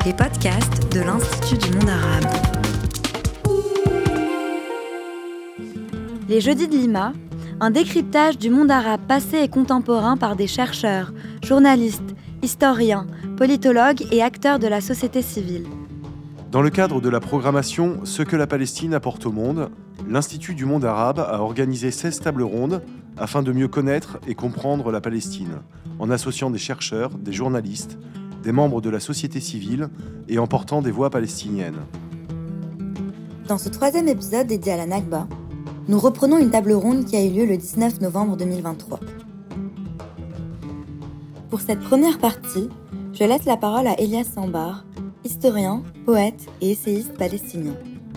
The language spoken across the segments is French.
les podcasts de l'Institut du monde arabe. Les Jeudis de Lima, un décryptage du monde arabe passé et contemporain par des chercheurs, journalistes, historiens, politologues et acteurs de la société civile. Dans le cadre de la programmation « Ce que la Palestine apporte au monde », l'Institut du monde arabe a organisé 16 tables rondes afin de mieux connaître et comprendre la Palestine, en associant des chercheurs, des journalistes, des membres de la société civile et en portant des voix palestiniennes. Dans ce troisième épisode dédié à la Nakba, nous reprenons une table ronde qui a eu lieu le 19 novembre 2023. Pour cette première partie, je laisse la parole à Elias Sambar, historien, poète et essayiste palestinien.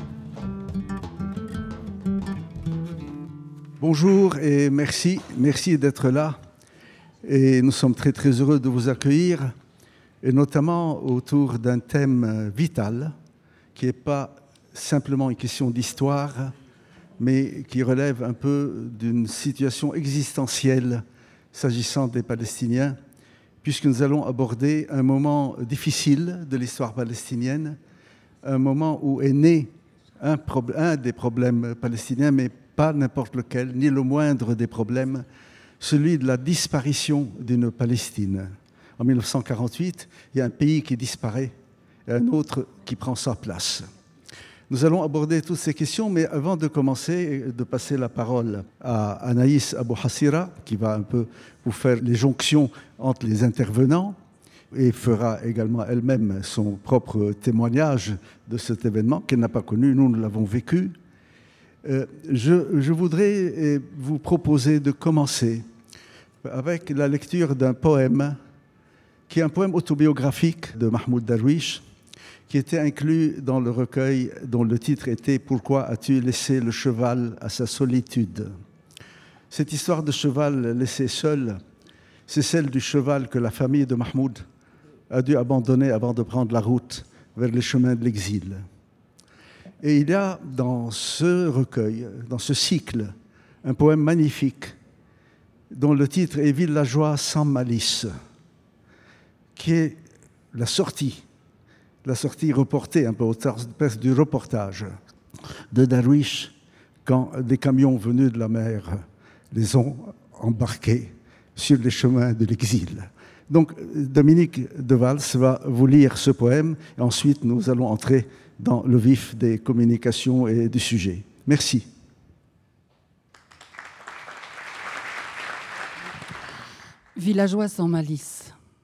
Bonjour et merci d'être là. Et nous sommes très très heureux de vous accueillir, et notamment autour d'un thème vital qui n'est pas simplement une question d'histoire, mais qui relève un peu d'une situation existentielle s'agissant des Palestiniens, puisque nous allons aborder un moment difficile de l'histoire palestinienne, un moment où est né un des problèmes palestiniens, mais pas n'importe lequel, ni le moindre des problèmes, celui de la disparition d'une Palestine. En 1948, il y a un pays qui disparaît et un autre qui prend sa place. Nous allons aborder toutes ces questions, mais avant de commencer, de passer la parole à Anaïs Abou Hassira, qui va un peu vous faire les jonctions entre les intervenants et fera également elle-même son propre témoignage de cet événement qu'elle n'a pas connu, nous l'avons vécu. Je voudrais vous proposer de commencer avec la lecture d'un poème qui est un poème autobiographique de Mahmoud Darwish, qui était inclus dans le recueil dont le titre était « Pourquoi as-tu laissé le cheval à sa solitude ?» Cette histoire de cheval laissé seul, c'est celle du cheval que la famille de Mahmoud a dû abandonner avant de prendre la route vers les chemins de l'exil. Et il y a dans ce recueil, dans ce cycle, un poème magnifique dont le titre est « Villageois sans malice », qui est la sortie reportée un peu au travers du reportage de Darwish quand des camions venus de la mer les ont embarqués sur les chemins de l'exil. Donc Dominique de Valls va vous lire ce poème et ensuite nous allons entrer dans le vif des communications et du sujet. Merci. Villageois sans malice.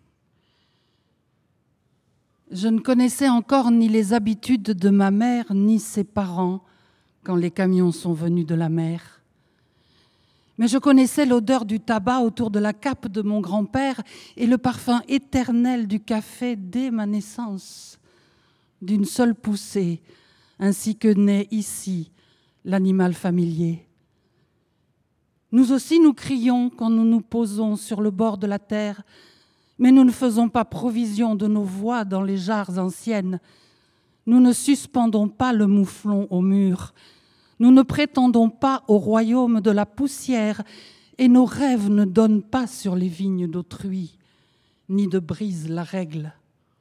Je ne connaissais encore ni les habitudes de ma mère, ni ses parents, quand les camions sont venus de la mer. Mais je connaissais l'odeur du tabac autour de la cape de mon grand-père et le parfum éternel du café dès ma naissance, d'une seule poussée, ainsi que naît ici l'animal familier. Nous aussi, nous crions quand nous nous posons sur le bord de la terre, mais nous ne faisons pas provision de nos voix dans les jarres anciennes. Nous ne suspendons pas le mouflon au mur. Nous ne prétendons pas au royaume de la poussière et nos rêves ne donnent pas sur les vignes d'autrui, ni ne brisent la règle.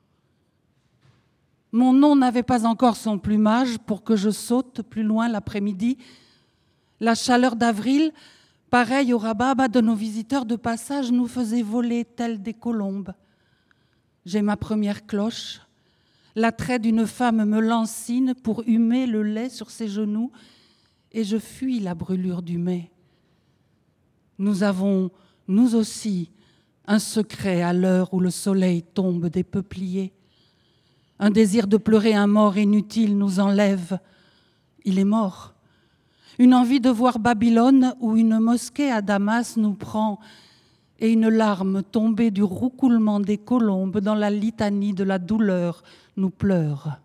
Mon nom n'avait pas encore son plumage pour que je saute plus loin l'après-midi. La chaleur d'avril, pareil au rababa de nos visiteurs de passage, nous faisait voler telles des colombes. J'ai ma première cloche. L'attrait d'une femme me lancine pour humer le lait sur ses genoux et je fuis la brûlure du mai. Nous avons, nous aussi, un secret à l'heure où le soleil tombe des peupliers. Un désir de pleurer un mort inutile nous enlève. Il est mort. Une envie de voir Babylone où une mosquée à Damas nous prend et une larme tombée du roucoulement des colombes dans la litanie de la douleur nous pleure.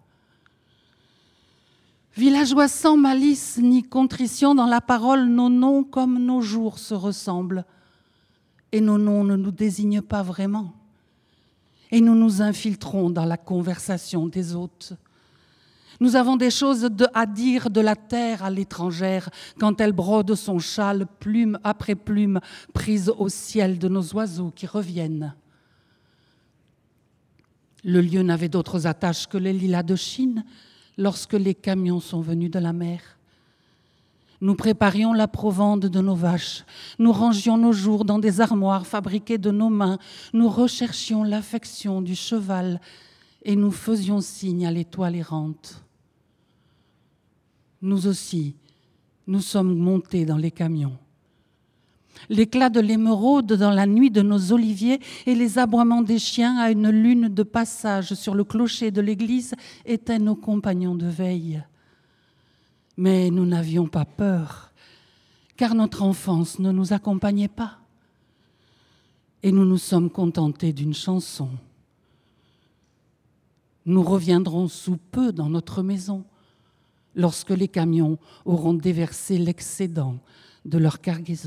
Villageois sans malice ni contrition dans la parole, nos noms comme nos jours se ressemblent et nos noms ne nous désignent pas vraiment et nous nous infiltrons dans la conversation des hôtes. Nous avons des choses à dire de la terre à l'étrangère quand elle brode son châle, plume après plume, prise au ciel de nos oiseaux qui reviennent. Le lieu n'avait d'autres attaches que les lilas de Chine lorsque les camions sont venus de la mer. Nous préparions la provende de nos vaches, nous rangions nos jours dans des armoires fabriquées de nos mains, nous recherchions l'affection du cheval et nous faisions signe à l'étoile errante. Nous aussi, nous sommes montés dans les camions. L'éclat de l'émeraude dans la nuit de nos oliviers et les aboiements des chiens à une lune de passage sur le clocher de l'église étaient nos compagnons de veille. Mais nous n'avions pas peur, car notre enfance ne nous accompagnait pas. Et nous nous sommes contentés d'une chanson. Nous reviendrons sous peu dans notre maison, lorsque les camions auront déversé l'excédent de leur cargaison.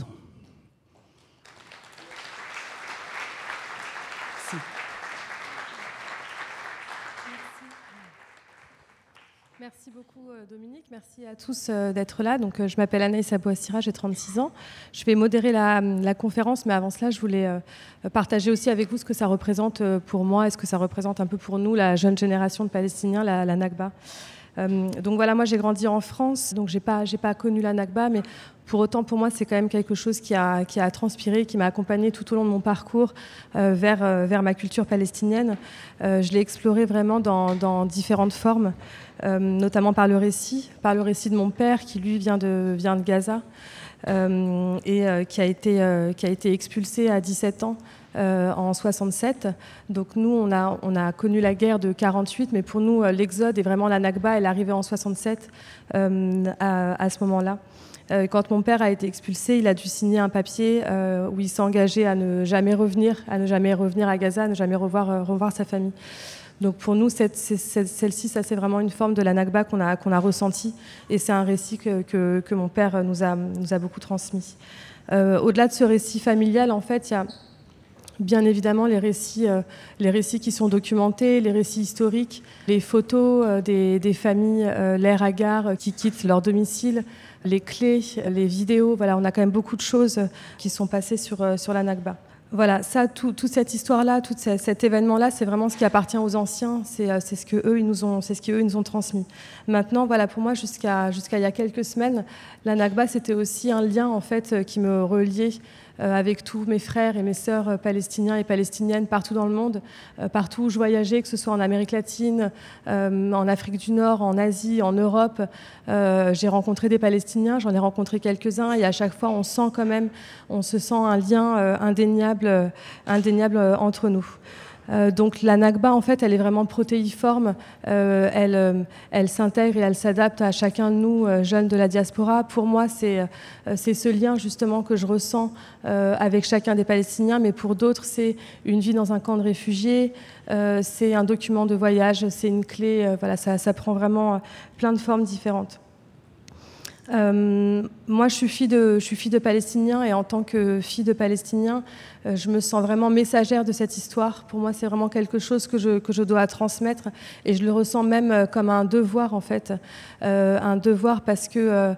Merci beaucoup Dominique, merci à tous d'être là. Donc, je m'appelle Anaïs Abouassira, j'ai 36 ans. Je vais modérer la conférence, mais avant cela, je voulais partager aussi avec vous ce que ça représente pour moi et ce que ça représente un peu pour nous, la jeune génération de Palestiniens, la Nakba. Donc voilà, moi j'ai grandi en France, donc j'ai pas connu la Nakba, mais pour autant pour moi c'est quand même quelque chose qui a transpiré, qui m'a accompagnée tout au long de mon parcours vers ma culture palestinienne. Je l'ai exploré vraiment dans différentes formes, notamment par le récit de mon père qui lui vient de Gaza et qui a été expulsé à 17 ans. En 67. Donc nous, on a connu la guerre de 48, mais pour nous, l'exode et vraiment la Nakba, elle est arrivée en 67 à ce moment-là. Quand mon père a été expulsé, il a dû signer un papier où il s'est engagé à ne jamais revenir à Gaza, à ne jamais revoir sa famille. Donc pour nous, celle-ci, ça c'est vraiment une forme de la Nakba qu'on a ressentie, et c'est un récit que mon père nous a beaucoup transmis. Au-delà de ce récit familial, en fait, il y a bien évidemment les récits qui sont documentés, les récits historiques, les photos des familles l'air hagard qui quittent leur domicile, les clés, les vidéos. Voilà, on a quand même beaucoup de choses qui sont passées sur la Nakba. Voilà, ça, toute cette histoire-là, tout cet événement-là, c'est vraiment ce qui appartient aux anciens, c'est ce que eux ils nous ont transmis. Maintenant, voilà, pour moi, jusqu'à il y a quelques semaines, la Nakba, c'était aussi un lien en fait qui me reliait avec tous mes frères et mes sœurs palestiniens et palestiniennes partout dans le monde, partout où je voyageais, que ce soit en Amérique latine, en Afrique du Nord, en Asie, en Europe. J'ai rencontré des Palestiniens, j'en ai rencontré quelques-uns, et à chaque fois, on se sent un lien indéniable entre nous. Donc la Nakba, en fait, elle est vraiment protéiforme. Elle s'intègre et elle s'adapte à chacun de nous, jeunes de la diaspora. Pour moi, c'est ce lien justement que je ressens avec chacun des Palestiniens. Mais pour d'autres, c'est une vie dans un camp de réfugiés. C'est un document de voyage. C'est une clé. Voilà, ça prend vraiment plein de formes différentes. Moi, je suis fille de Palestiniens, et en tant que fille de Palestiniens, je me sens vraiment messagère de cette histoire. Pour moi, c'est vraiment quelque chose que je dois transmettre, et je le ressens même comme un devoir en fait, un devoir parce que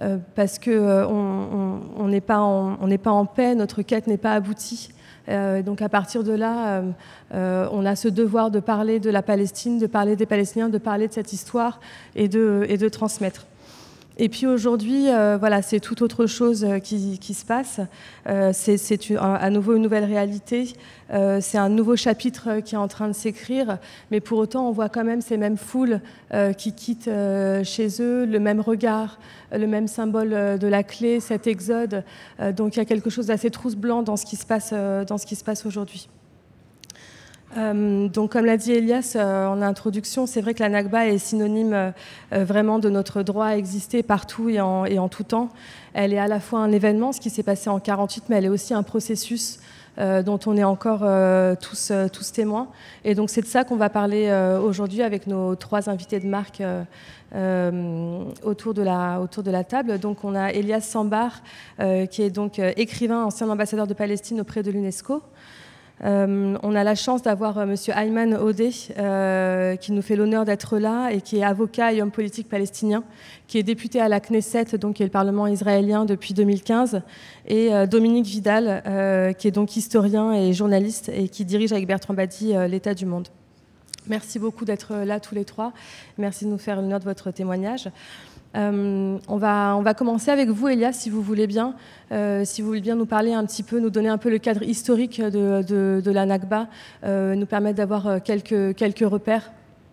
on n'est pas en paix, notre quête n'est pas aboutie. Donc à partir de là, on a ce devoir de parler de la Palestine, de parler des Palestiniens, de parler de cette histoire et de transmettre. Et puis aujourd'hui, voilà, c'est tout autre chose qui se passe. C'est à nouveau une nouvelle réalité. C'est un nouveau chapitre qui est en train de s'écrire. Mais pour autant, on voit quand même ces mêmes foules qui quittent chez eux, le même regard, le même symbole de la clé, cet exode. Donc il y a quelque chose d'assez trousse-blanc dans ce qui se passe aujourd'hui. Donc, comme l'a dit Elias en introduction, c'est vrai que la Nakba est synonyme vraiment de notre droit à exister partout et en tout temps. Elle est à la fois un événement, ce qui s'est passé en 1948, mais elle est aussi un processus dont on est encore tous témoins. Et donc c'est de ça qu'on va parler aujourd'hui avec nos 3 invités de marque autour de la table. Donc on a Elias Sambar, qui est donc écrivain, ancien ambassadeur de Palestine auprès de l'UNESCO. On a la chance d'avoir Monsieur Ayman Odeh qui nous fait l'honneur d'être là et qui est avocat et homme politique palestinien, qui est député à la Knesset, donc qui est le Parlement israélien depuis 2015, et Dominique Vidal qui est donc historien et journaliste et qui dirige avec Bertrand Badi l'État du Monde. Merci beaucoup d'être là tous les trois. Merci de nous faire l'honneur de votre témoignage. On va commencer avec vous, Elias, si vous voulez bien. Si vous voulez bien nous parler un petit peu, nous donner un peu le cadre historique de la Nakba, nous permettre d'avoir quelques repères.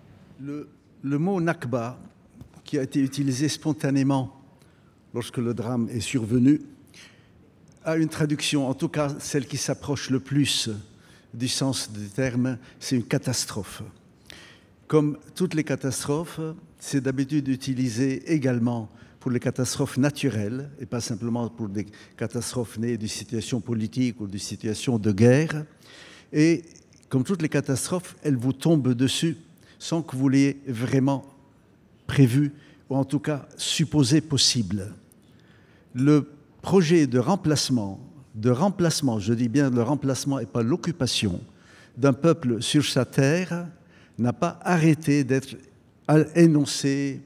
Le mot Nakba, qui a été utilisé spontanément lorsque le drame est survenu, a une traduction, en tout cas celle qui s'approche le plus du sens du terme, c'est une catastrophe. Comme toutes les catastrophes, c'est d'habitude utilisé également pour les catastrophes naturelles et pas simplement pour des catastrophes nées de situations politiques ou de situations de guerre. Et comme toutes les catastrophes, elles vous tombent dessus sans que vous l'ayez vraiment prévu ou en tout cas supposé possible. Le projet de remplacement, je dis bien le remplacement et pas l'occupation d'un peuple sur sa terre n'a pas arrêté d'être annoncé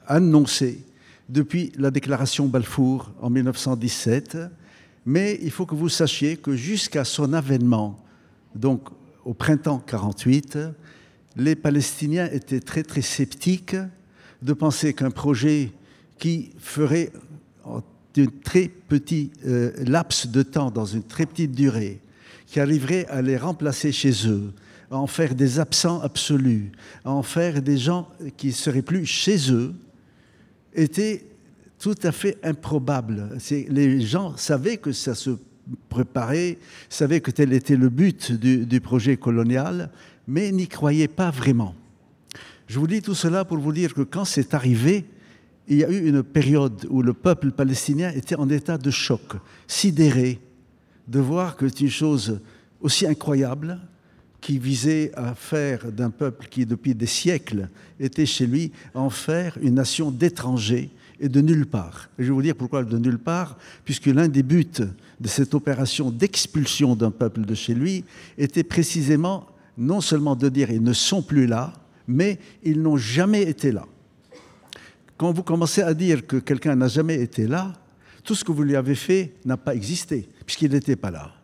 depuis la déclaration Balfour en 1917. Mais il faut que vous sachiez que jusqu'à son avènement, donc au printemps 1948, les Palestiniens étaient très très sceptiques de penser qu'un projet qui ferait d'un très petit laps de temps, dans une très petite durée, qui arriverait à les remplacer chez eux, à en faire des absents absolus, à en faire des gens qui ne seraient plus chez eux, était tout à fait improbable. Les gens savaient que ça se préparait, savaient que tel était le but du projet colonial, mais n'y croyaient pas vraiment. Je vous dis tout cela pour vous dire que quand c'est arrivé, il y a eu une période où le peuple palestinien était en état de choc, sidéré de voir que c'est une chose aussi incroyable qui visait à faire d'un peuple qui, depuis des siècles, était chez lui, en faire une nation d'étrangers et de nulle part. Et je vais vous dire pourquoi de nulle part, puisque l'un des buts de cette opération d'expulsion d'un peuple de chez lui était précisément non seulement de dire ils ne sont plus là, mais ils n'ont jamais été là. Quand vous commencez à dire que quelqu'un n'a jamais été là, tout ce que vous lui avez fait n'a pas existé, puisqu'il n'était pas là.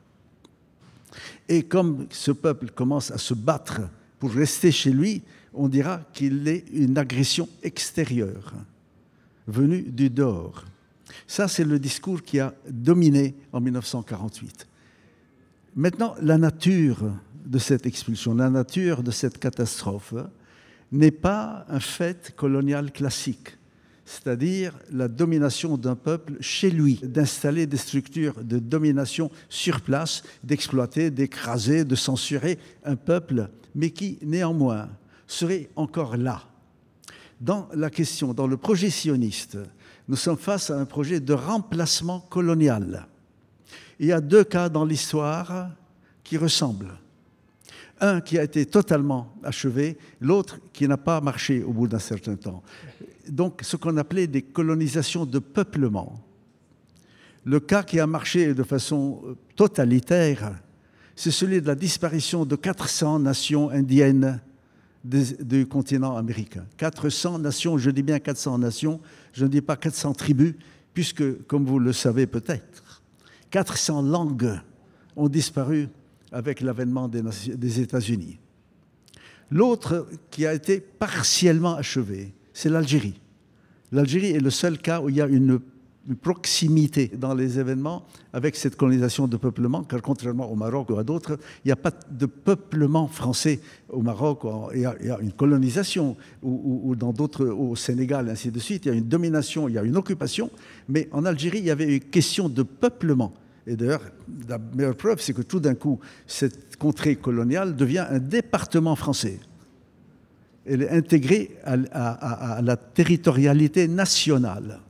Et comme ce peuple commence à se battre pour rester chez lui, on dira qu'il est une agression extérieure, venue du dehors. Ça, c'est le discours qui a dominé en 1948. Maintenant, la nature de cette expulsion, la nature de cette catastrophe n'est pas un fait colonial classique, c'est-à-dire la domination d'un peuple chez lui, d'installer des structures de domination sur place, d'exploiter, d'écraser, de censurer un peuple, mais qui, néanmoins, serait encore là. Dans la question, dans le projet sioniste, nous sommes face à un projet de remplacement colonial. Il y a deux cas dans l'histoire qui ressemblent. Un qui a été totalement achevé, l'autre qui n'a pas marché au bout d'un certain temps. Donc, ce qu'on appelait des colonisations de peuplement. Le cas qui a marché de façon totalitaire, c'est celui de la disparition de 400 nations indiennes du continent américain. 400 nations, je dis bien 400 nations, je ne dis pas 400 tribus, puisque, comme vous le savez peut-être, 400 langues ont disparu avec l'avènement des États-Unis. L'autre qui a été partiellement achevé, c'est l'Algérie. L'Algérie est le seul cas où il y a une proximité dans les événements avec cette colonisation de peuplement, car contrairement au Maroc ou à d'autres, il n'y a pas de peuplement français au Maroc. Il y a une colonisation, ou dans d'autres, au Sénégal, ainsi de suite. Il y a une domination, il y a une occupation, mais en Algérie, il y avait une question de peuplement. Et d'ailleurs, la meilleure preuve, c'est que tout d'un coup, cette contrée coloniale devient un département français. Elle est intégrée à la territorialité nationale.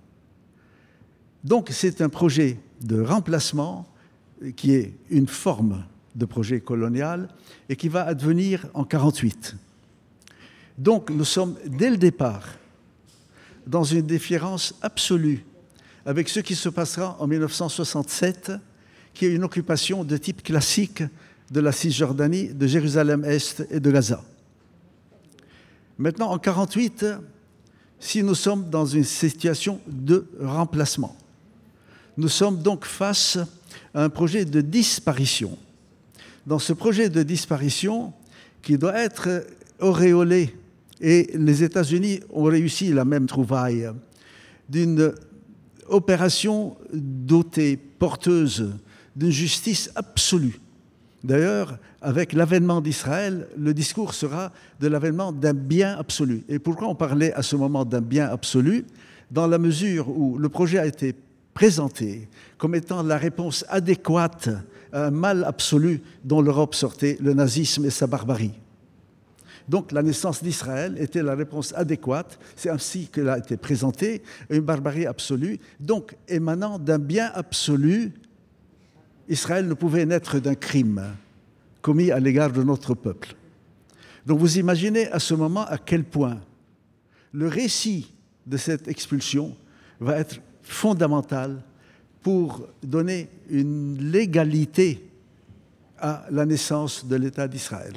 Donc, c'est un projet de remplacement qui est une forme de projet colonial et qui va advenir en 1948. Donc, nous sommes, dès le départ, dans une différence absolue avec ce qui se passera en 1967, qui est une occupation de type classique de la Cisjordanie, de Jérusalem-Est et de Gaza. Maintenant, en 1948, si nous sommes dans une situation de remplacement, nous sommes donc face à un projet de disparition. Dans ce projet de disparition, qui doit être auréolé, et les États-Unis ont réussi la même trouvaille, d'une opération dotée, porteuse d'une justice absolue. D'ailleurs, avec l'avènement d'Israël, le discours sera de l'avènement d'un bien absolu. Et pourquoi on parlait à ce moment d'un bien absolu? Dans la mesure où le projet a été présenté comme étant la réponse adéquate à un mal absolu dont l'Europe sortait, le nazisme et sa barbarie. Donc la naissance d'Israël était la réponse adéquate, c'est ainsi qu'elle a été présentée, une barbarie absolue. Donc émanant d'un bien absolu, Israël ne pouvait naître d'un crime commis à l'égard de notre peuple. Donc vous imaginez à ce moment à quel point le récit de cette expulsion va être fondamental pour donner une légalité à la naissance de l'État d'Israël.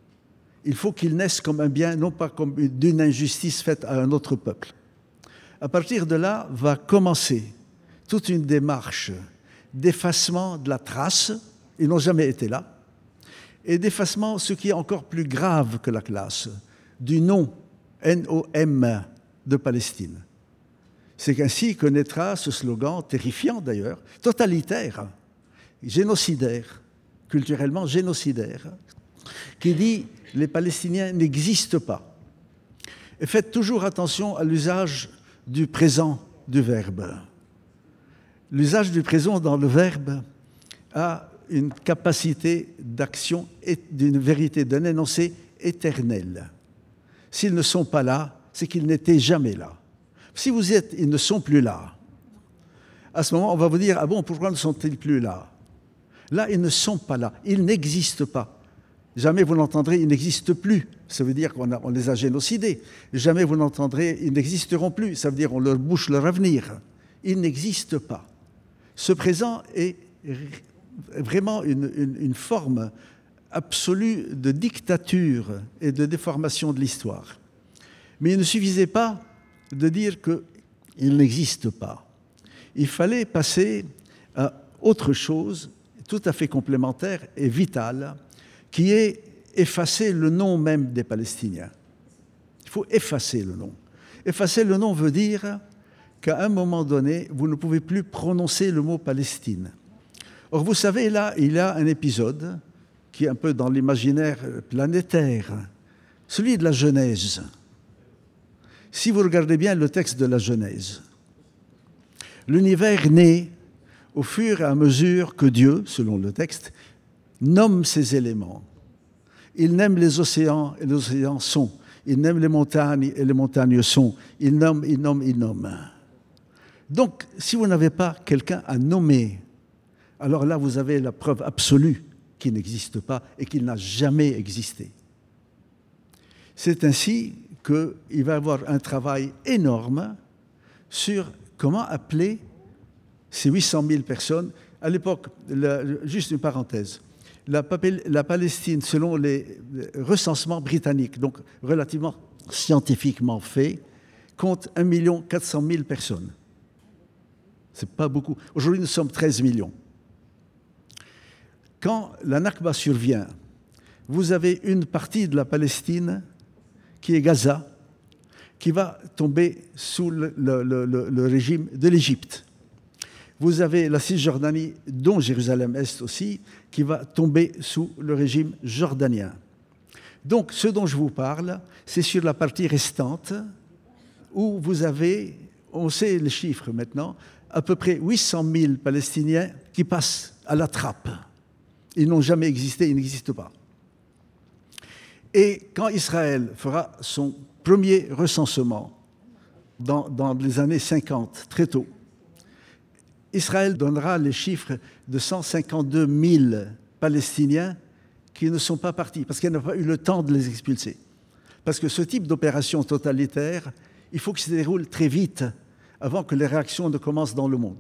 Il faut qu'il naisse comme un bien, non pas comme d'une injustice faite à un autre peuple. À partir de là, va commencer toute une démarche d'effacement de la trace, ils n'ont jamais été là, et d'effacement, ce qui est encore plus grave que la classe, du nom, N-O-M, de Palestine. C'est ainsi que naîtra ce slogan, terrifiant d'ailleurs, totalitaire, génocidaire, culturellement génocidaire, qui dit « les Palestiniens n'existent pas ». Et faites toujours attention à l'usage du présent du verbe. L'usage du présent dans le verbe a une capacité d'action et d'une vérité, d'un énoncé éternel. S'ils ne sont pas là, c'est qu'ils n'étaient jamais là. Si vous êtes, ils ne sont plus là. À ce moment, on va vous dire, ah bon, pourquoi ne sont-ils plus là? Là, ils ne sont pas là, ils n'existent pas. Jamais vous n'entendrez, ils n'existent plus. Ça veut dire qu'on les a génocidés. Jamais vous n'entendrez, ils n'existeront plus. Ça veut dire qu'on leur bouche leur avenir. Ils n'existent pas. Ce présent est vraiment une forme absolue de dictature et de déformation de l'histoire. Mais il ne suffisait pas de dire qu'il n'existe pas. Il fallait passer à autre chose, tout à fait complémentaire et vitale, qui est effacer le nom même des Palestiniens. Il faut effacer le nom. Effacer le nom veut dire qu'à un moment donné, vous ne pouvez plus prononcer le mot Palestine. Or, vous savez, là, il y a un épisode qui est un peu dans l'imaginaire planétaire, celui de la Genèse. Si vous regardez bien le texte de la Genèse, l'univers naît au fur et à mesure que Dieu, selon le texte, nomme ces éléments. Il nomme les océans et les océans sont. Il nomme les montagnes et les montagnes sont. Il nomme, il nomme, il nomme. Donc, si vous n'avez pas quelqu'un à nommer, alors là, vous avez la preuve absolue qu'il n'existe pas et qu'il n'a jamais existé. C'est ainsi qu'il va y avoir un travail énorme sur comment appeler ces 800 000 personnes. À l'époque, juste une parenthèse, la Palestine, selon les recensements britanniques, donc relativement scientifiquement faits, compte 1 400 000 personnes. Ce n'est pas beaucoup. Aujourd'hui, nous sommes 13 millions. Quand la Nakba survient, vous avez une partie de la Palestine qui est Gaza, qui va tomber sous le régime de l'Égypte. Vous avez la Cisjordanie, dont Jérusalem-Est aussi, qui va tomber sous le régime jordanien. Donc, ce dont je vous parle, c'est sur la partie restante, où vous avez, on sait les chiffres maintenant, à peu près 800 000 Palestiniens qui passent à la trappe. Ils n'ont jamais existé, ils n'existent pas. Et quand Israël fera son premier recensement dans les années 50, très tôt, Israël donnera les chiffres de 152 000 Palestiniens qui ne sont pas partis, parce qu'elle n'a pas eu le temps de les expulser. Parce que ce type d'opération totalitaire, il faut que ça se déroule très vite, avant que les réactions ne commencent dans le monde.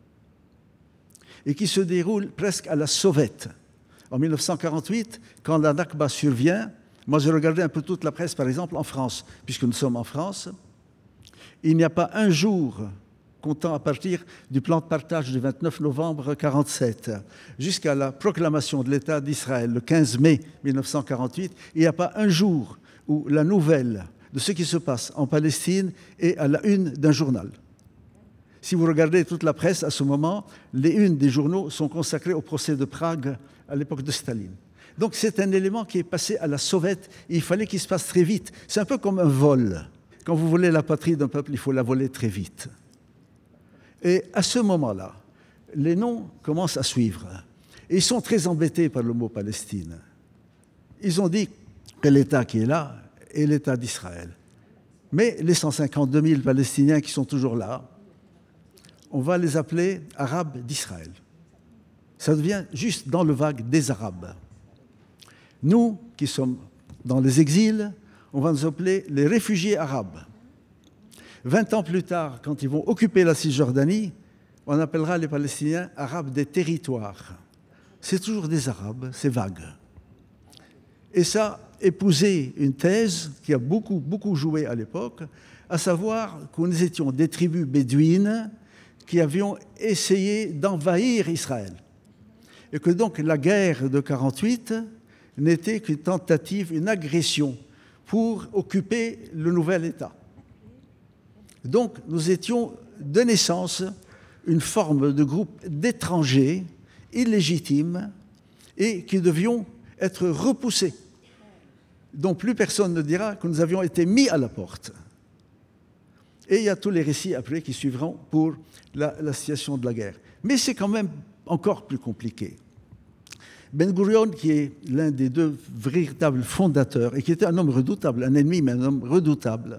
Et qui se déroule presque à la sauvette. En 1948, quand la Nakba survient, moi j'ai regardé un peu toute la presse, par exemple en France, puisque nous sommes en France, il n'y a pas un jour comptant à partir du plan de partage du 29 novembre 1947 jusqu'à la proclamation de l'État d'Israël le 15 mai 1948, il n'y a pas un jour où la nouvelle de ce qui se passe en Palestine est à la une d'un journal. Si vous regardez toute la presse, à ce moment, les unes des journaux sont consacrées au procès de Prague à l'époque de Staline. Donc c'est un élément qui est passé à la sauvette et il fallait qu'il se passe très vite. C'est un peu comme un vol. Quand vous volez la patrie d'un peuple, il faut la voler très vite. Et à ce moment-là, les noms commencent à suivre. Et ils sont très embêtés par le mot Palestine. Ils ont dit que l'État qui est là est l'État d'Israël. Mais les 152 000 Palestiniens qui sont toujours là, on va les appeler Arabes d'Israël. Ça devient juste dans le vague des Arabes. Nous, qui sommes dans les exils, on va nous appeler les réfugiés arabes. 20 ans plus tard, quand ils vont occuper la Cisjordanie, on appellera les Palestiniens Arabes des territoires. C'est toujours des Arabes, c'est vague. Et ça a épousé une thèse qui a beaucoup joué à l'époque, à savoir que nous étions des tribus bédouines qui avions essayé d'envahir Israël. Et que donc la guerre de 1948 n'était qu'une tentative, une agression pour occuper le nouvel État. Donc nous étions de naissance une forme de groupe d'étrangers illégitimes et qui devions être repoussés, dont plus personne ne dira que nous avions été mis à la porte. Et il y a tous les récits après qui suivront pour la situation de la guerre. Mais c'est quand même encore plus compliqué. Ben Gurion, qui est l'un des deux véritables fondateurs, et qui était un homme redoutable, un ennemi, mais un homme redoutable,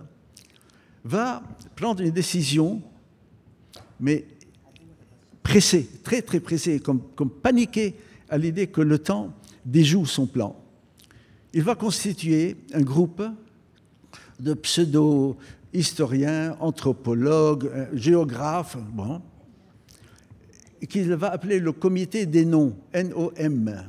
va prendre une décision, mais pressé, très très pressé, comme paniqué à l'idée que le temps déjoue son plan. Il va constituer un groupe de pseudo-historiens, anthropologues, géographes, qu'il va appeler le comité des noms, NOM.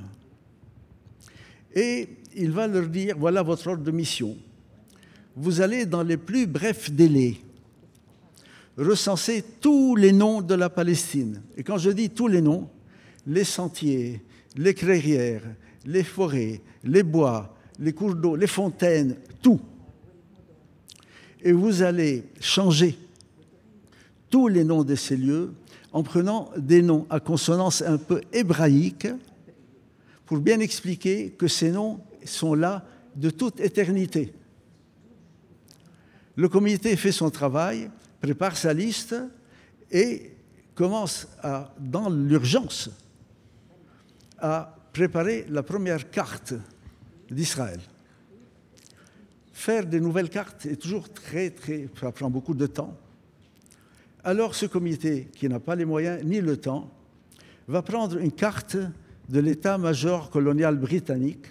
Et il va leur dire, voilà votre ordre de mission. Vous allez, dans les plus brefs délais, recenser tous les noms de la Palestine. Et quand je dis tous les noms, les sentiers, les clairières, les forêts, les bois, les cours d'eau, les fontaines, tout. Et vous allez changer tous les noms de ces lieux en prenant des noms à consonance un peu hébraïque pour bien expliquer que ces noms sont là de toute éternité. Le comité fait son travail, prépare sa liste et commence dans l'urgence à préparer la première carte d'Israël. Faire des nouvelles cartes est toujours ça prend beaucoup de temps. Alors ce comité, qui n'a pas les moyens ni le temps, va prendre une carte de l'état-major colonial britannique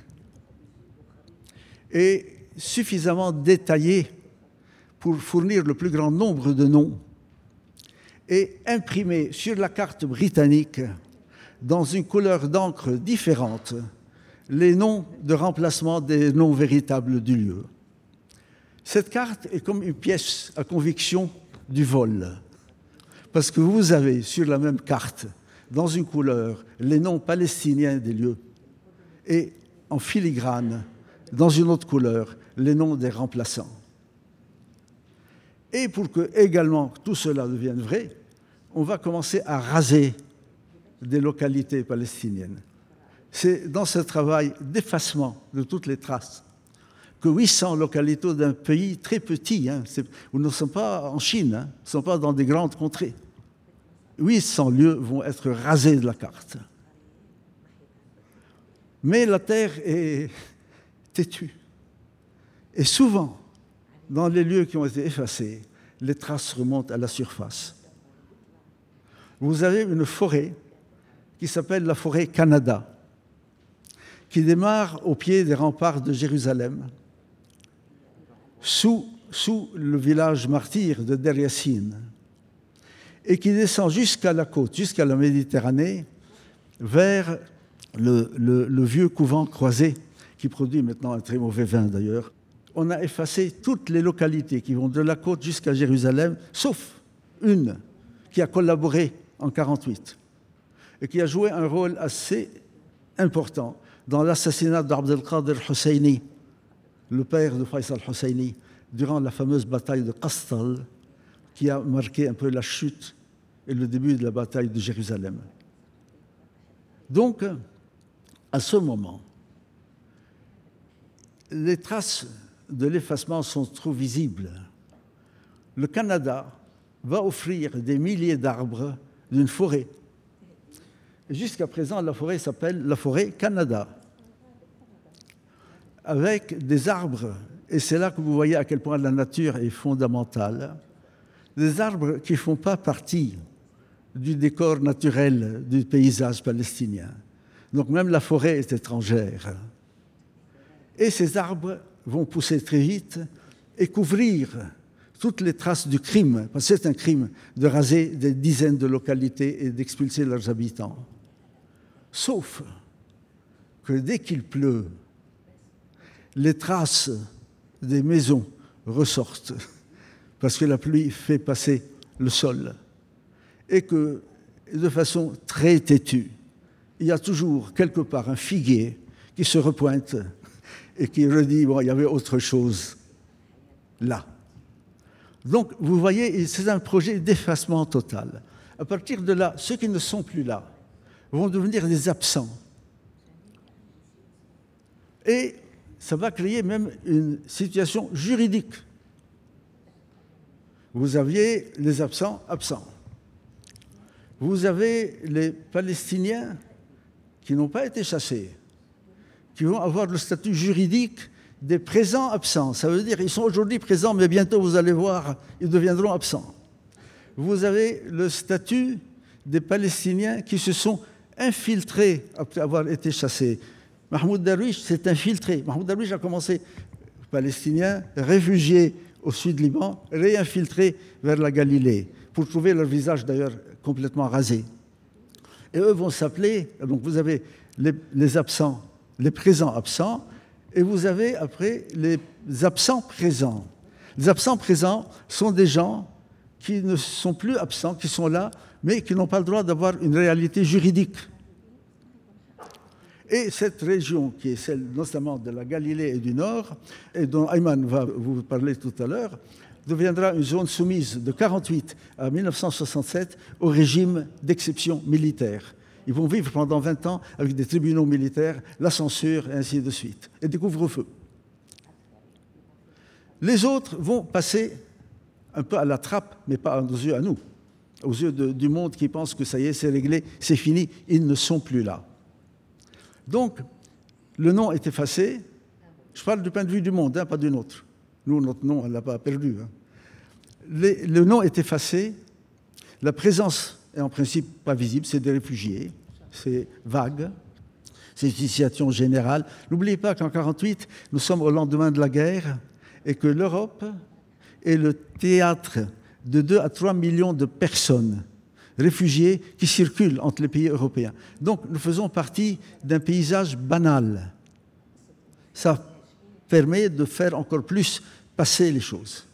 et suffisamment détaillée pour fournir le plus grand nombre de noms et imprimer sur la carte britannique, dans une couleur d'encre différente, les noms de remplacement des noms véritables du lieu. Cette carte est comme une pièce à conviction du vol, parce que vous avez sur la même carte, dans une couleur, les noms palestiniens des lieux, et en filigrane, dans une autre couleur, les noms des remplaçants. Et pour que également tout cela devienne vrai, on va commencer à raser des localités palestiniennes. C'est dans ce travail d'effacement de toutes les traces que 800 localités d'un pays très petit, nous ne sommes pas en Chine, nous ne sommes pas dans des grandes contrées, 800 lieux vont être rasés de la carte. Mais la terre est têtue. Et souvent, dans les lieux qui ont été effacés, les traces remontent à la surface. Vous avez une forêt qui s'appelle la forêt Canada, qui démarre au pied des remparts de Jérusalem, sous le village martyr de Der Yassin, et qui descend jusqu'à la côte, jusqu'à la Méditerranée, vers le vieux couvent croisé, qui produit maintenant un très mauvais vin d'ailleurs. On a effacé toutes les localités qui vont de la côte jusqu'à Jérusalem, sauf une qui a collaboré en 1948 et qui a joué un rôle assez important dans l'assassinat d'Abd el-Qadir Husseini, le père de Faisal Husseini, durant la fameuse bataille de Qastal, qui a marqué un peu la chute et le début de la bataille de Jérusalem. Donc, à ce moment, les traces de l'effacement sont trop visibles. Le Canada va offrir des milliers d'arbres d'une forêt. Jusqu'à présent, la forêt s'appelle la forêt Canada, avec des arbres, et c'est là que vous voyez à quel point la nature est fondamentale, des arbres qui ne font pas partie du décor naturel du paysage palestinien. Donc même la forêt est étrangère. Et ces arbres vont pousser très vite et couvrir toutes les traces du crime, parce que c'est un crime de raser des dizaines de localités et d'expulser leurs habitants. Sauf que dès qu'il pleut, les traces des maisons ressortent, parce que la pluie fait passer le sol. Et que, de façon très têtue, il y a toujours quelque part un figuier qui se repointe et qui redit, bon, il y avait autre chose là. Donc, vous voyez, c'est un projet d'effacement total. À partir de là, ceux qui ne sont plus là vont devenir des absents. Et ça va créer même une situation juridique. Vous aviez les absents. Vous avez les Palestiniens qui n'ont pas été chassés, qui vont avoir le statut juridique des présents absents. Ça veut dire qu'ils sont aujourd'hui présents, mais bientôt, vous allez voir, ils deviendront absents. Vous avez le statut des Palestiniens qui se sont infiltrés après avoir été chassés. Mahmoud Darwish s'est infiltré. Mahmoud Darwish a commencé palestinien, réfugié au sud Liban, réinfiltré vers la Galilée, pour trouver leur visage d'ailleurs complètement rasé. Et eux vont s'appeler, donc vous avez les absents, les présents absents, et vous avez après les absents présents. Les absents présents sont des gens qui ne sont plus absents, qui sont là, mais qui n'ont pas le droit d'avoir une réalité juridique. Et cette région, qui est celle notamment de la Galilée et du Nord, et dont Ayman va vous parler tout à l'heure, deviendra une zone soumise de 1948 à 1967 au régime d'exception militaire. Ils vont vivre pendant 20 ans avec des tribunaux militaires, la censure et ainsi de suite, et des couvre-feux. Les autres vont passer un peu à la trappe, mais pas aux yeux à nous, aux yeux du monde qui pense que ça y est, c'est réglé, c'est fini, ils ne sont plus là. Donc, le nom est effacé. Je parle du point de vue du monde, pas du nôtre. Nous, notre nom, on ne l'a pas perdu. Le nom est effacé. La présence est en principe pas visible. C'est des réfugiés. C'est vague. C'est une situation générale. N'oubliez pas qu'en 1948, nous sommes au lendemain de la guerre et que l'Europe est le théâtre de 2 à 3 millions de personnes réfugiés qui circulent entre les pays européens. Donc, nous faisons partie d'un paysage banal. Ça permet de faire encore plus passer les choses.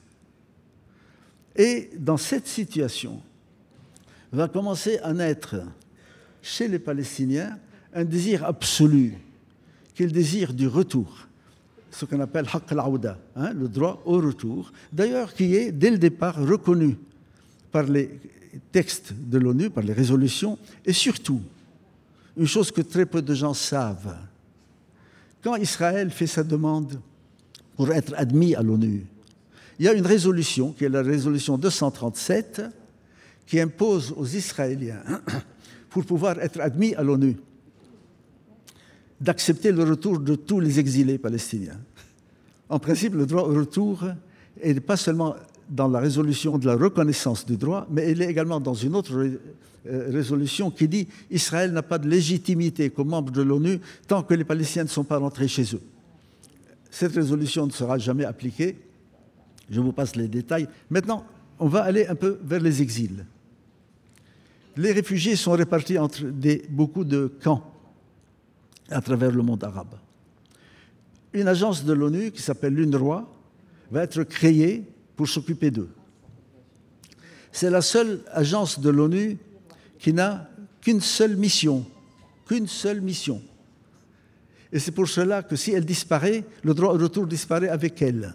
Et dans cette situation, va commencer à naître chez les Palestiniens un désir absolu, qui est le désir du retour, ce qu'on appelle haqq al-aouda, le droit au retour, d'ailleurs qui est dès le départ reconnu par les textes de l'ONU, par les résolutions, et surtout, une chose que très peu de gens savent, quand Israël fait sa demande pour être admis à l'ONU, il y a une résolution, qui est la résolution 237, qui impose aux Israéliens, pour pouvoir être admis à l'ONU, d'accepter le retour de tous les exilés palestiniens. En principe, le droit au retour n'est pas seulement dans la résolution de la reconnaissance du droit, mais elle est également dans une autre résolution qui dit qu'Israël n'a pas de légitimité comme membre de l'ONU tant que les Palestiniens ne sont pas rentrés chez eux. Cette résolution ne sera jamais appliquée. Je vous passe les détails. Maintenant, on va aller un peu vers les exils. Les réfugiés sont répartis entre beaucoup de camps à travers le monde arabe. Une agence de l'ONU qui s'appelle l'UNRWA va être créée pour s'occuper d'eux. C'est la seule agence de l'ONU qui n'a qu'une seule mission. Et c'est pour cela que si elle disparaît, le droit au retour disparaît avec elle.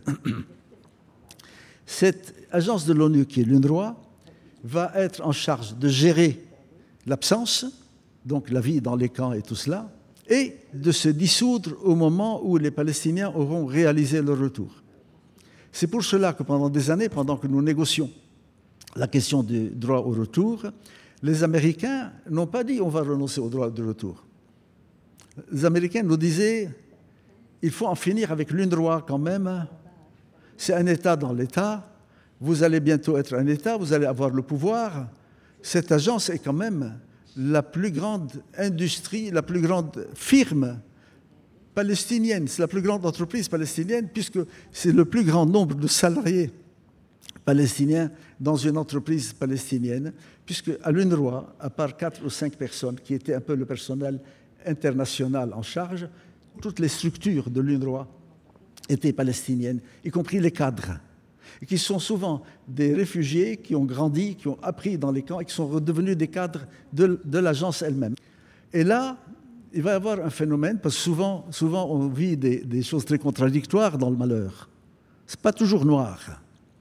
Cette agence de l'ONU, qui est l'UNRWA, va être en charge de gérer l'absence, donc la vie dans les camps et tout cela, et de se dissoudre au moment où les Palestiniens auront réalisé leur retour. C'est pour cela que pendant des années, pendant que nous négocions la question du droit au retour, les Américains n'ont pas dit on va renoncer au droit de retour. Les Américains nous disaient il faut en finir avec l'UNRWA quand même. C'est un État dans l'État. Vous allez bientôt être un État, vous allez avoir le pouvoir. Cette agence est quand même la plus grande industrie, la plus grande firme palestinienne. C'est la plus grande entreprise palestinienne puisque c'est le plus grand nombre de salariés palestiniens dans une entreprise palestinienne, puisque à l'UNRWA, à part 4 ou 5 personnes qui étaient un peu le personnel international en charge, toutes les structures de l'UNRWA étaient palestiniennes, y compris les cadres, et qui sont souvent des réfugiés qui ont grandi, qui ont appris dans les camps et qui sont redevenus des cadres de l'agence elle-même. Et là, il va y avoir un phénomène, parce que souvent on vit des choses très contradictoires dans le malheur. Ce n'est pas toujours noir.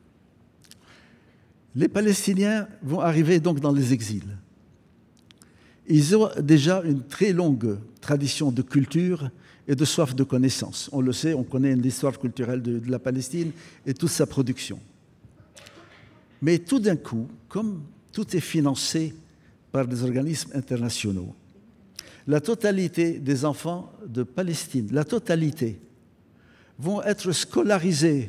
Les Palestiniens vont arriver donc dans les exils. Ils ont déjà une très longue tradition de culture et de soif de connaissance. On le sait, on connaît l'histoire culturelle de la Palestine et toute sa production. Mais tout d'un coup, comme tout est financé par des organismes internationaux, la totalité des enfants de Palestine, la totalité, vont être scolarisés.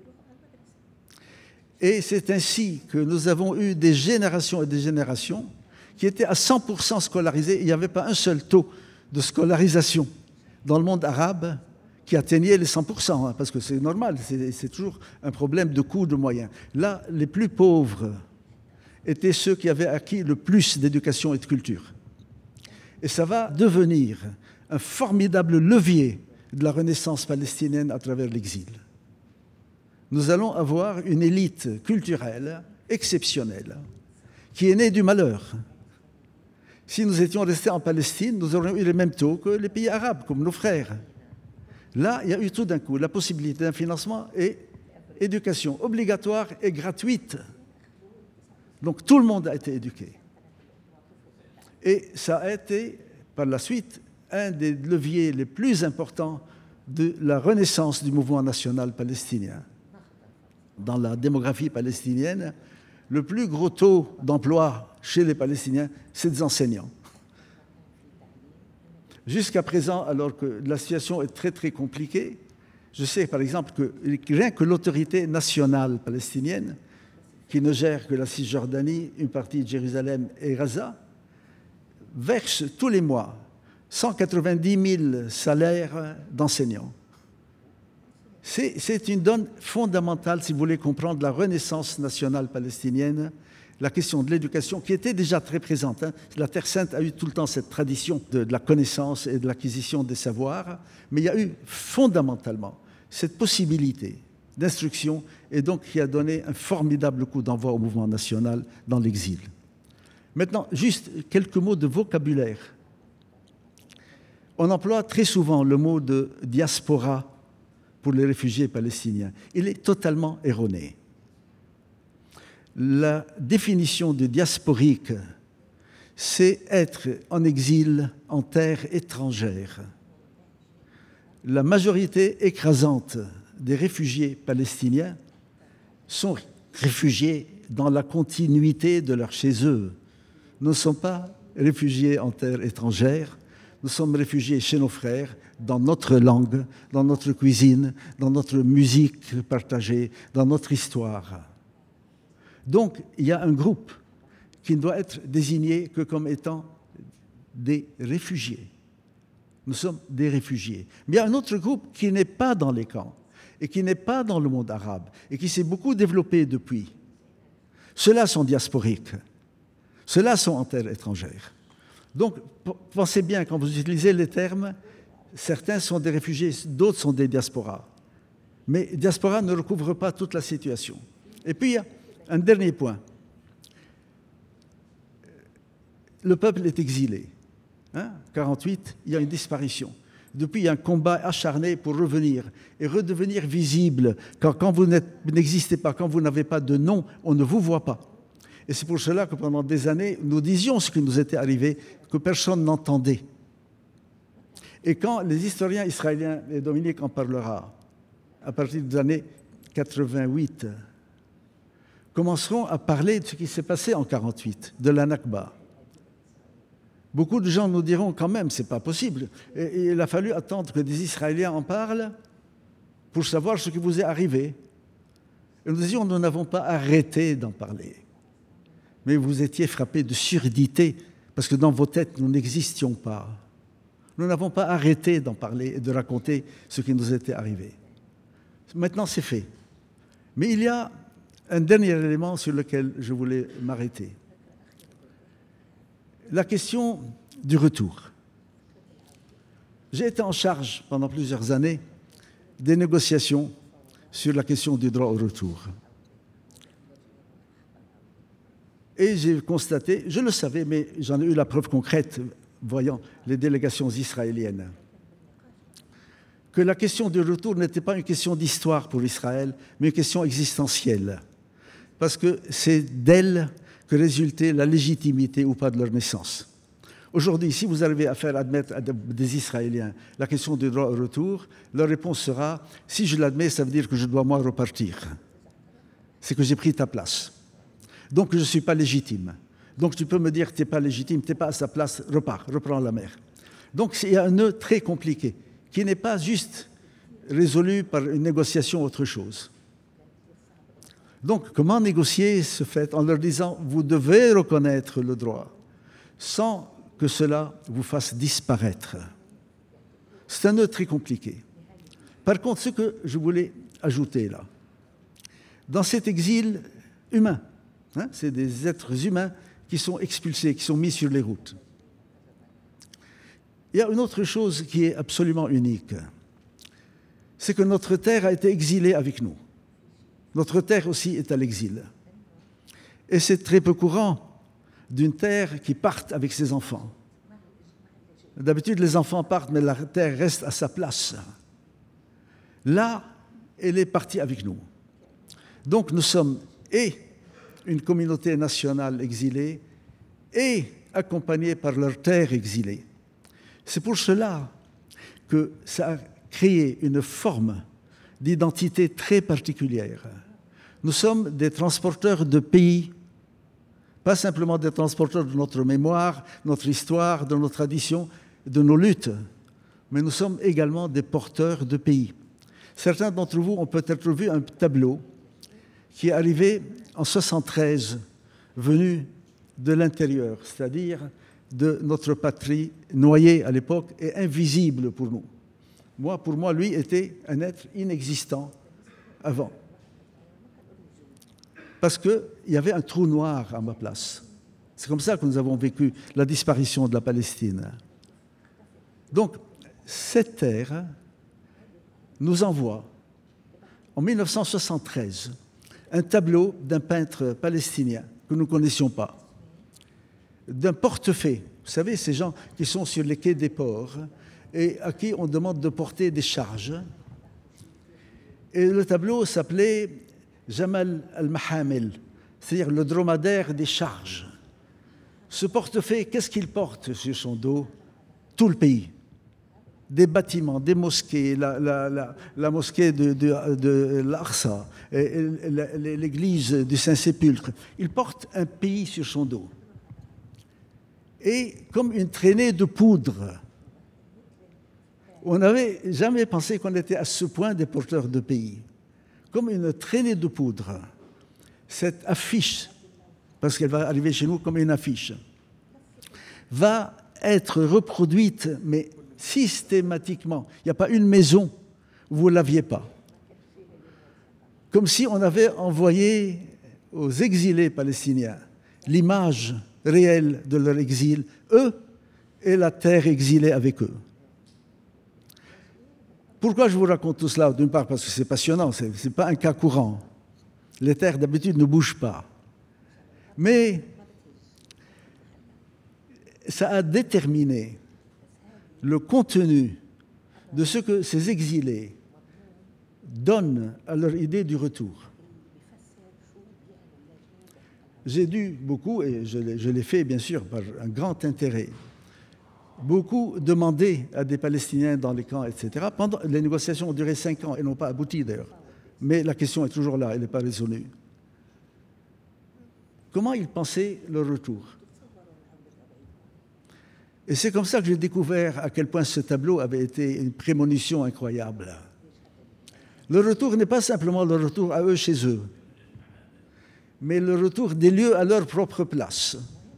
Et c'est ainsi que nous avons eu des générations et des générations qui étaient à 100% scolarisés. Il n'y avait pas un seul taux de scolarisation dans le monde arabe qui atteignait les 100%, parce que c'est normal, c'est toujours un problème de coût, de moyens. Là, les plus pauvres étaient ceux qui avaient acquis le plus d'éducation et de culture. Et ça va devenir un formidable levier de la renaissance palestinienne à travers l'exil. Nous allons avoir une élite culturelle exceptionnelle qui est née du malheur. Si nous étions restés en Palestine, nous aurions eu les mêmes taux que les pays arabes, comme nos frères. Là, il y a eu tout d'un coup la possibilité d'un financement et éducation obligatoire et gratuite. Donc tout le monde a été éduqué. Et ça a été, par la suite, un des leviers les plus importants de la renaissance du mouvement national palestinien. Dans la démographie palestinienne, le plus gros taux d'emploi chez les Palestiniens, c'est des enseignants. Jusqu'à présent, alors que la situation est très très compliquée, je sais par exemple que rien que l'autorité nationale palestinienne, qui ne gère que la Cisjordanie, une partie de Jérusalem et Gaza, verse tous les mois 190 000 salaires d'enseignants. C'est une donne fondamentale, si vous voulez comprendre la renaissance nationale palestinienne, la question de l'éducation, qui était déjà très présente. La Terre Sainte a eu tout le temps cette tradition de la connaissance et de l'acquisition des savoirs, mais il y a eu fondamentalement cette possibilité d'instruction, et donc qui a donné un formidable coup d'envoi au mouvement national dans l'exil. Maintenant, juste quelques mots de vocabulaire. On emploie très souvent le mot de diaspora pour les réfugiés palestiniens. Il est totalement erroné. La définition de diasporique, c'est être en exil en terre étrangère. La majorité écrasante des réfugiés palestiniens sont réfugiés dans la continuité de leur chez eux. Nous ne sommes pas réfugiés en terre étrangère, nous sommes réfugiés chez nos frères, dans notre langue, dans notre cuisine, dans notre musique partagée, dans notre histoire. Donc, il y a un groupe qui ne doit être désigné que comme étant des réfugiés. Nous sommes des réfugiés. Mais il y a un autre groupe qui n'est pas dans les camps et qui n'est pas dans le monde arabe et qui s'est beaucoup développé depuis. Ceux-là sont diasporiques. Ceux-là sont en terre étrangère. Donc, pensez bien, quand vous utilisez les termes, certains sont des réfugiés, d'autres sont des diasporas. Mais diaspora ne recouvre pas toute la situation. Et puis, il y a un dernier point. Le peuple est exilé. 48, il y a une disparition. depuis un combat acharné pour revenir et redevenir visible. Quand vous n'existez pas, quand vous n'avez pas de nom, on ne vous voit pas. Et c'est pour cela que pendant des années, nous disions ce qui nous était arrivé, que personne n'entendait. Et quand les historiens israéliens, et Dominique en parlera, à partir des années 88, commenceront à parler de ce qui s'est passé en 48, de la Nakba. Beaucoup de gens nous diront quand même, c'est pas possible. Et il a fallu attendre que des Israéliens en parlent pour savoir ce qui vous est arrivé. Et nous disions, nous n'avons pas arrêté d'en parler. Mais vous étiez frappés de surdité, parce que dans vos têtes, nous n'existions pas. Nous n'avons pas arrêté d'en parler et de raconter ce qui nous était arrivé. Maintenant, c'est fait. Mais il y a un dernier élément sur lequel je voulais m'arrêter. La question du retour. J'ai été en charge pendant plusieurs années des négociations sur la question du droit au retour. Et j'ai constaté, je le savais, mais j'en ai eu la preuve concrète, voyant les délégations israéliennes, que la question du retour n'était pas une question d'histoire pour Israël, mais une question existentielle. Parce que c'est d'elle que résultait la légitimité ou pas de leur naissance. Aujourd'hui, si vous arrivez à faire admettre à des Israéliens la question du droit au retour, leur réponse sera « si je l'admets, ça veut dire que je dois moi repartir. C'est que j'ai pris ta place. Donc je ne suis pas légitime. Donc tu peux me dire que tu n'es pas légitime, tu n'es pas à sa place, repars, reprends la mer. » Donc il y a un nœud très compliqué, qui n'est pas juste résolu par une négociation autre chose. Donc, comment négocier ce fait en leur disant « vous devez reconnaître le droit » sans que cela vous fasse disparaître. C'est un nœud très compliqué. Par contre, ce que je voulais ajouter là, dans cet exil humain, c'est des êtres humains qui sont expulsés, qui sont mis sur les routes. Il y a une autre chose qui est absolument unique, c'est que notre terre a été exilée avec nous. Notre terre aussi est à l'exil. Et c'est très peu courant d'une terre qui parte avec ses enfants. D'habitude, les enfants partent, mais la terre reste à sa place. Là, elle est partie avec nous. Donc nous sommes et une communauté nationale exilée et accompagnés par leur terre exilée. C'est pour cela que ça a créé une forme d'identité très particulière. Nous sommes des transporteurs de pays, pas simplement des transporteurs de notre mémoire, notre histoire, de nos traditions, de nos luttes, mais nous sommes également des porteurs de pays. Certains d'entre vous ont peut-être vu un tableau qui est arrivé en 1973, venu de l'intérieur, c'est-à-dire de notre patrie noyée à l'époque et invisible pour nous. Pour moi, lui était un être inexistant avant. Parce qu'il y avait un trou noir à ma place. C'est comme ça que nous avons vécu la disparition de la Palestine. Donc, cette terre nous envoie, en 1973, un tableau d'un peintre palestinien que nous ne connaissions pas, d'un portefaix. Vous savez, ces gens qui sont sur les quais des ports et à qui on demande de porter des charges. Et le tableau s'appelait Jamal al-Mahamil, c'est-à-dire le dromadaire des charges. Ce portefaix, qu'est-ce qu'il porte sur son dos? Tout le pays. Des bâtiments, des mosquées, la mosquée de l'Aqsa, l'église du Saint-Sépulcre. Il porte un pays sur son dos. Et comme une traînée de poudre. On n'avait jamais pensé qu'on était à ce point des porteurs de pays. Comme une traînée de poudre. Cette affiche, parce qu'elle va arriver chez nous comme une affiche, va être reproduite, mais systématiquement. Il n'y a pas une maison où vous ne l'aviez pas. Comme si on avait envoyé aux exilés palestiniens l'image réelle de leur exil, eux et la terre exilée avec eux. Pourquoi je vous raconte tout cela? D'une part parce que c'est passionnant, ce n'est pas un cas courant. Les terres d'habitude ne bougent pas. Mais ça a déterminé le contenu de ce que ces exilés donnent à leur idée du retour. J'ai dû beaucoup, et je l'ai fait bien sûr par un grand intérêt, beaucoup demander à des Palestiniens dans les camps, etc. Les négociations ont duré 5 ans et n'ont pas abouti d'ailleurs. Mais la question est toujours là, elle n'est pas résolue. Comment ils pensaient le retour? Et c'est comme ça que j'ai découvert à quel point ce tableau avait été une prémonition incroyable. Le retour n'est pas simplement le retour à eux chez eux, mais le retour des lieux à leur propre place.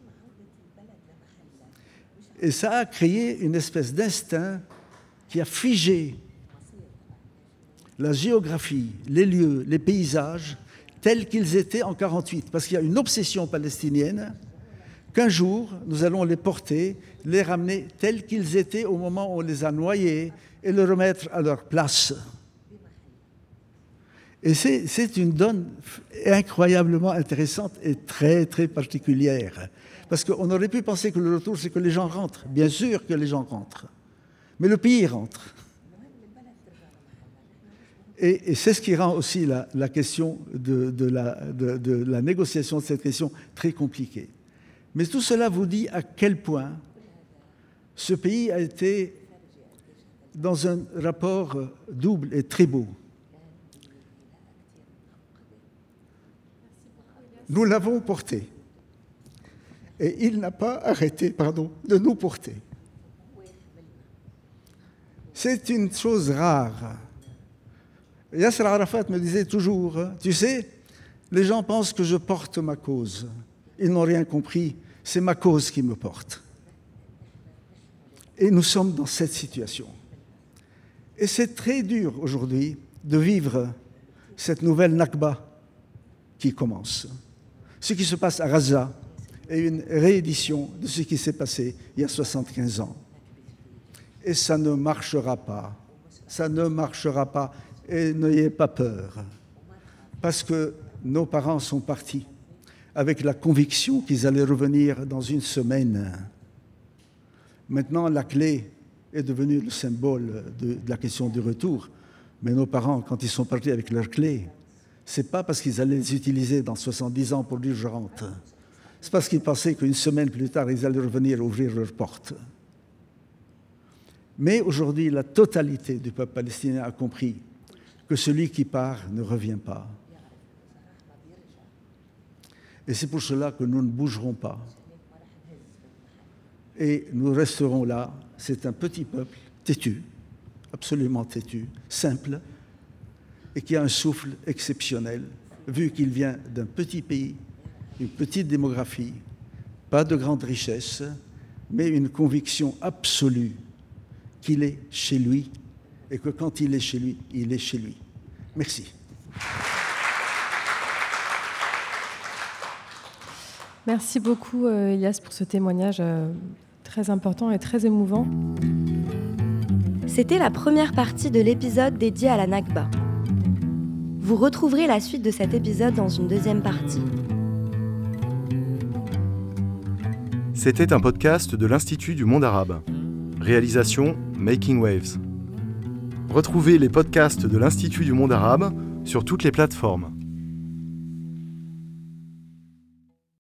Et ça a créé une espèce d'instinct qui a figé la géographie, les lieux, les paysages, tels qu'ils étaient en 1948. Parce qu'il y a une obsession palestinienne qu'un jour, nous allons les porter, les ramener tels qu'ils étaient au moment où on les a noyés et les remettre à leur place. Et c'est une donne incroyablement intéressante et très, très particulière. Parce qu'on aurait pu penser que le retour, c'est que les gens rentrent. Bien sûr que les gens rentrent. Mais le pays rentre. Et c'est ce qui rend aussi la question de la négociation de cette question très compliquée. Mais tout cela vous dit à quel point ce pays a été dans un rapport double et très beau. Nous l'avons porté. Et il n'a pas arrêté, de nous porter. C'est une chose rare. Yasser Arafat me disait toujours, tu sais, les gens pensent que je porte ma cause. Ils n'ont rien compris, c'est ma cause qui me porte. Et nous sommes dans cette situation. Et c'est très dur aujourd'hui de vivre cette nouvelle Nakba qui commence. Ce qui se passe à Gaza est une réédition de ce qui s'est passé il y a 75 ans. Et ça ne marchera pas. Ça ne marchera pas. Et n'ayez pas peur. Parce que nos parents sont partis avec la conviction qu'ils allaient revenir dans une semaine. Maintenant, la clé est devenue le symbole de la question du retour. Mais nos parents, quand ils sont partis avec leur clé, ce n'est pas parce qu'ils allaient les utiliser dans 70 ans pour dire « je rentre ». C'est parce qu'ils pensaient qu'une semaine plus tard, ils allaient revenir ouvrir leurs portes. Mais aujourd'hui, la totalité du peuple palestinien a compris que celui qui part ne revient pas. Et c'est pour cela que nous ne bougerons pas. Et nous resterons là. C'est un petit peuple têtu, absolument têtu, simple, et qui a un souffle exceptionnel, vu qu'il vient d'un petit pays, une petite démographie, pas de grande richesse, mais une conviction absolue qu'il est chez lui, et que quand il est chez lui, il est chez lui. Merci. Merci beaucoup, Elias, pour ce témoignage très important et très émouvant. C'était la première partie de l'épisode dédié à la Nakba. Vous retrouverez la suite de cet épisode dans une deuxième partie. C'était un podcast de l'Institut du monde arabe. Réalisation Making Waves. Retrouvez les podcasts de l'Institut du monde arabe sur toutes les plateformes.